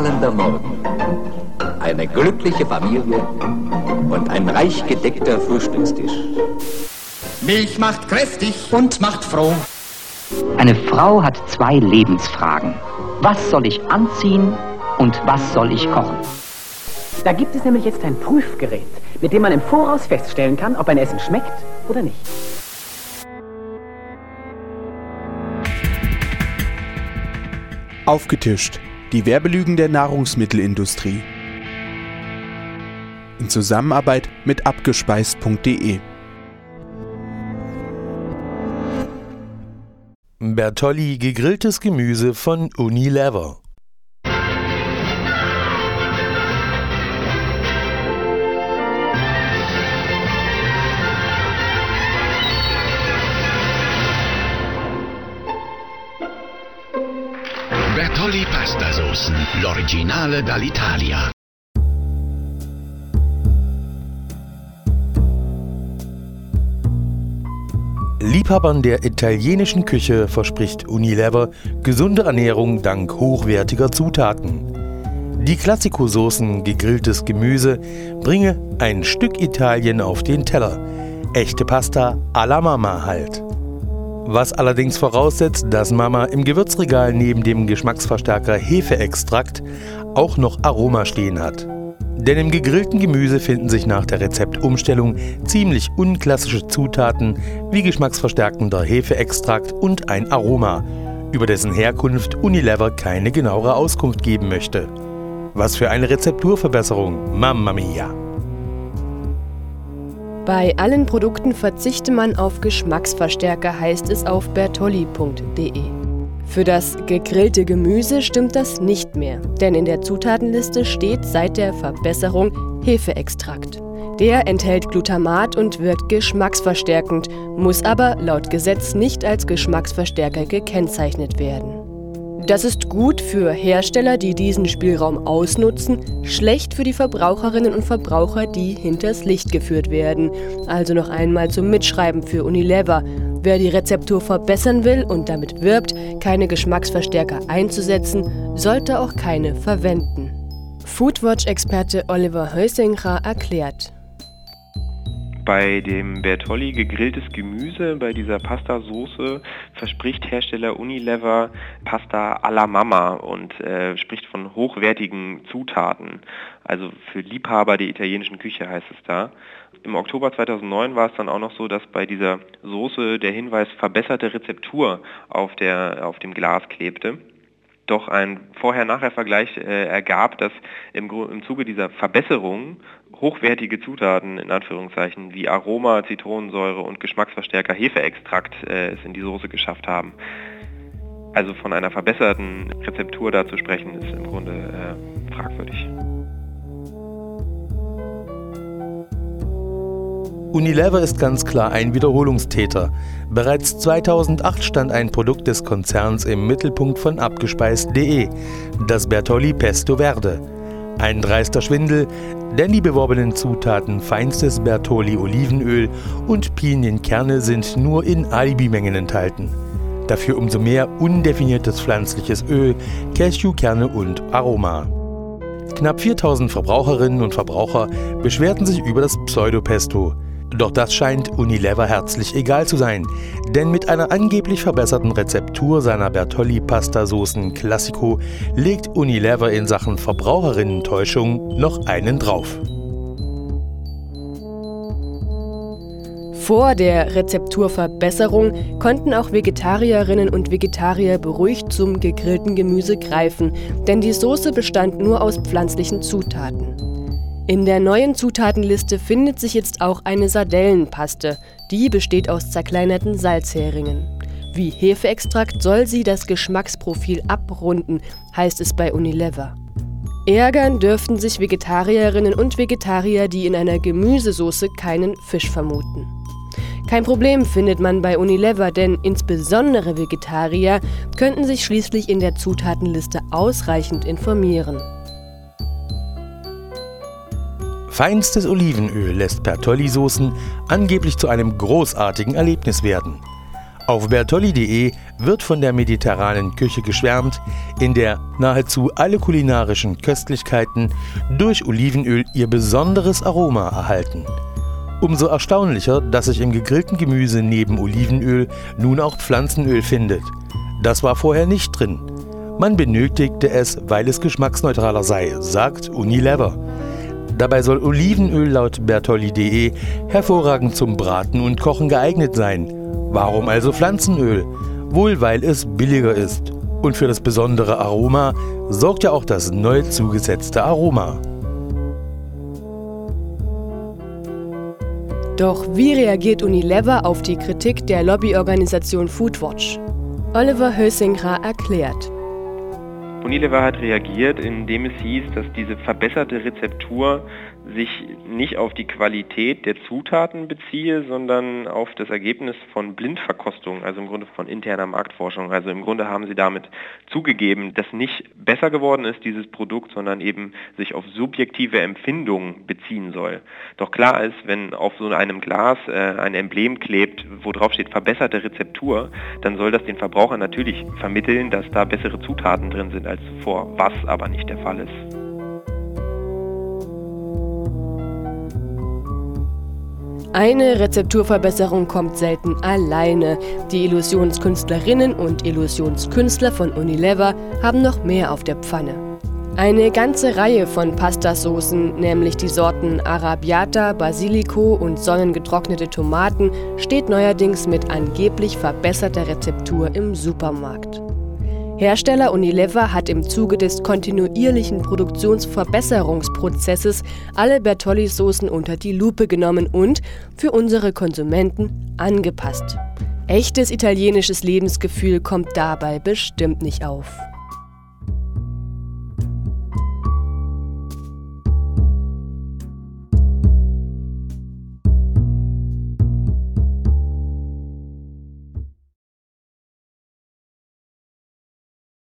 strahlender Morgen, eine glückliche Familie und ein reich gedeckter Frühstückstisch. Milch macht kräftig und macht froh. Eine Frau hat 2 Lebensfragen. Was soll ich anziehen und was soll ich kochen? Da gibt es nämlich jetzt ein Prüfgerät, mit dem man im Voraus feststellen kann, ob ein Essen schmeckt oder nicht. Aufgetischt. Die Werbelügen der Nahrungsmittelindustrie. In Zusammenarbeit mit abgespeist.de. Bertolli gegrilltes Gemüse von Unilever. Bertolli Pastasoßen, l'originale dall'Italia. Liebhabern der italienischen Küche verspricht Unilever gesunde Ernährung dank hochwertiger Zutaten. Die Classico-Soßen gegrilltes Gemüse bringe ein Stück Italien auf den Teller. Echte Pasta alla Mama halt. Was allerdings voraussetzt, dass Mama im Gewürzregal neben dem Geschmacksverstärker Hefeextrakt auch noch Aroma stehen hat. Denn im gegrillten Gemüse finden sich nach der Rezeptumstellung ziemlich unklassische Zutaten wie geschmacksverstärkender Hefeextrakt und ein Aroma, über dessen Herkunft Unilever keine genauere Auskunft geben möchte. Was für eine Rezepturverbesserung, Mamma mia! Bei allen Produkten verzichte man auf Geschmacksverstärker, heißt es auf bertolli.de. Für das gegrillte Gemüse stimmt das nicht mehr, denn in der Zutatenliste steht seit der Verbesserung Hefeextrakt. Der enthält Glutamat und wirkt geschmacksverstärkend, muss aber laut Gesetz nicht als Geschmacksverstärker gekennzeichnet werden. Das ist gut für Hersteller, die diesen Spielraum ausnutzen, schlecht für die Verbraucherinnen und Verbraucher, die hinters Licht geführt werden. Also noch einmal zum Mitschreiben für Unilever. Wer die Rezeptur verbessern will und damit wirbt, keine Geschmacksverstärker einzusetzen, sollte auch keine verwenden. Foodwatch-Experte Oliver Heusinger erklärt. Bei dem Bertolli gegrilltes Gemüse, bei dieser Pastasoße, verspricht Hersteller Unilever Pasta alla Mama und spricht von hochwertigen Zutaten. Also für Liebhaber der italienischen Küche heißt es da. Im Oktober 2009 war es dann auch noch so, dass bei dieser Soße der Hinweis verbesserte Rezeptur auf dem Glas klebte. Doch ein Vorher-Nachher-Vergleich ergab, dass im Zuge dieser Verbesserung hochwertige Zutaten, in Anführungszeichen, wie Aroma, Zitronensäure und Geschmacksverstärker Hefeextrakt es in die Soße geschafft haben. Also von einer verbesserten Rezeptur da zu sprechen, ist im Grunde fragwürdig. Unilever ist ganz klar ein Wiederholungstäter. Bereits 2008 stand ein Produkt des Konzerns im Mittelpunkt von abgespeist.de, das Bertolli Pesto Verde. Ein dreister Schwindel, denn die beworbenen Zutaten feinstes Bertolli Olivenöl und Pinienkerne sind nur in Alibimengen enthalten. Dafür umso mehr undefiniertes pflanzliches Öl, Cashewkerne und Aroma. Knapp 4000 Verbraucherinnen und Verbraucher beschwerten sich über das Pseudopesto. Doch das scheint Unilever herzlich egal zu sein, denn mit einer angeblich verbesserten Rezeptur seiner Bertolli-Pastasoßen Classico legt Unilever in Sachen Verbraucherinnentäuschung noch einen drauf. Vor der Rezepturverbesserung konnten auch Vegetarierinnen und Vegetarier beruhigt zum gegrillten Gemüse greifen, denn die Soße bestand nur aus pflanzlichen Zutaten. In der neuen Zutatenliste findet sich jetzt auch eine Sardellenpaste. Die besteht aus zerkleinerten Salzheringen. Wie Hefeextrakt soll sie das Geschmacksprofil abrunden, heißt es bei Unilever. Ärgern dürften sich Vegetarierinnen und Vegetarier, die in einer Gemüsesoße keinen Fisch vermuten. Kein Problem findet man bei Unilever, denn insbesondere Vegetarier könnten sich schließlich in der Zutatenliste ausreichend informieren. Feinstes Olivenöl lässt Bertolli-Soßen angeblich zu einem großartigen Erlebnis werden. Auf bertolli.de wird von der mediterranen Küche geschwärmt, in der nahezu alle kulinarischen Köstlichkeiten durch Olivenöl ihr besonderes Aroma erhalten. Umso erstaunlicher, dass sich im gegrillten Gemüse neben Olivenöl nun auch Pflanzenöl findet. Das war vorher nicht drin. Man benötigte es, weil es geschmacksneutraler sei, sagt Unilever. Dabei soll Olivenöl laut bertolli.de hervorragend zum Braten und Kochen geeignet sein. Warum also Pflanzenöl? Wohl weil es billiger ist. Und für das besondere Aroma sorgt ja auch das neu zugesetzte Aroma. Doch wie reagiert Unilever auf die Kritik der Lobbyorganisation Foodwatch? Oliver Hösingra erklärt. Unilever hat reagiert, indem es hieß, dass diese verbesserte Rezeptur sich nicht auf die Qualität der Zutaten beziehe, sondern auf das Ergebnis von Blindverkostung, also im Grunde von interner Marktforschung. Also im Grunde haben sie damit zugegeben, dass nicht besser geworden ist, dieses Produkt, sondern eben sich auf subjektive Empfindungen beziehen soll. Doch klar ist, wenn auf so einem Glas ein Emblem klebt, wo drauf steht verbesserte Rezeptur, dann soll das den Verbraucher natürlich vermitteln, dass da bessere Zutaten drin sind als zuvor, was aber nicht der Fall ist. Eine Rezepturverbesserung kommt selten alleine. Die Illusionskünstlerinnen und Illusionskünstler von Unilever haben noch mehr auf der Pfanne. Eine ganze Reihe von Pastasoßen, nämlich die Sorten Arrabbiata, Basilico und sonnengetrocknete Tomaten, steht neuerdings mit angeblich verbesserter Rezeptur im Supermarkt. Hersteller Unilever hat im Zuge des kontinuierlichen Produktionsverbesserungsprozesses alle Bertolli-Soßen unter die Lupe genommen und für unsere Konsumenten angepasst. Echtes italienisches Lebensgefühl kommt dabei bestimmt nicht auf.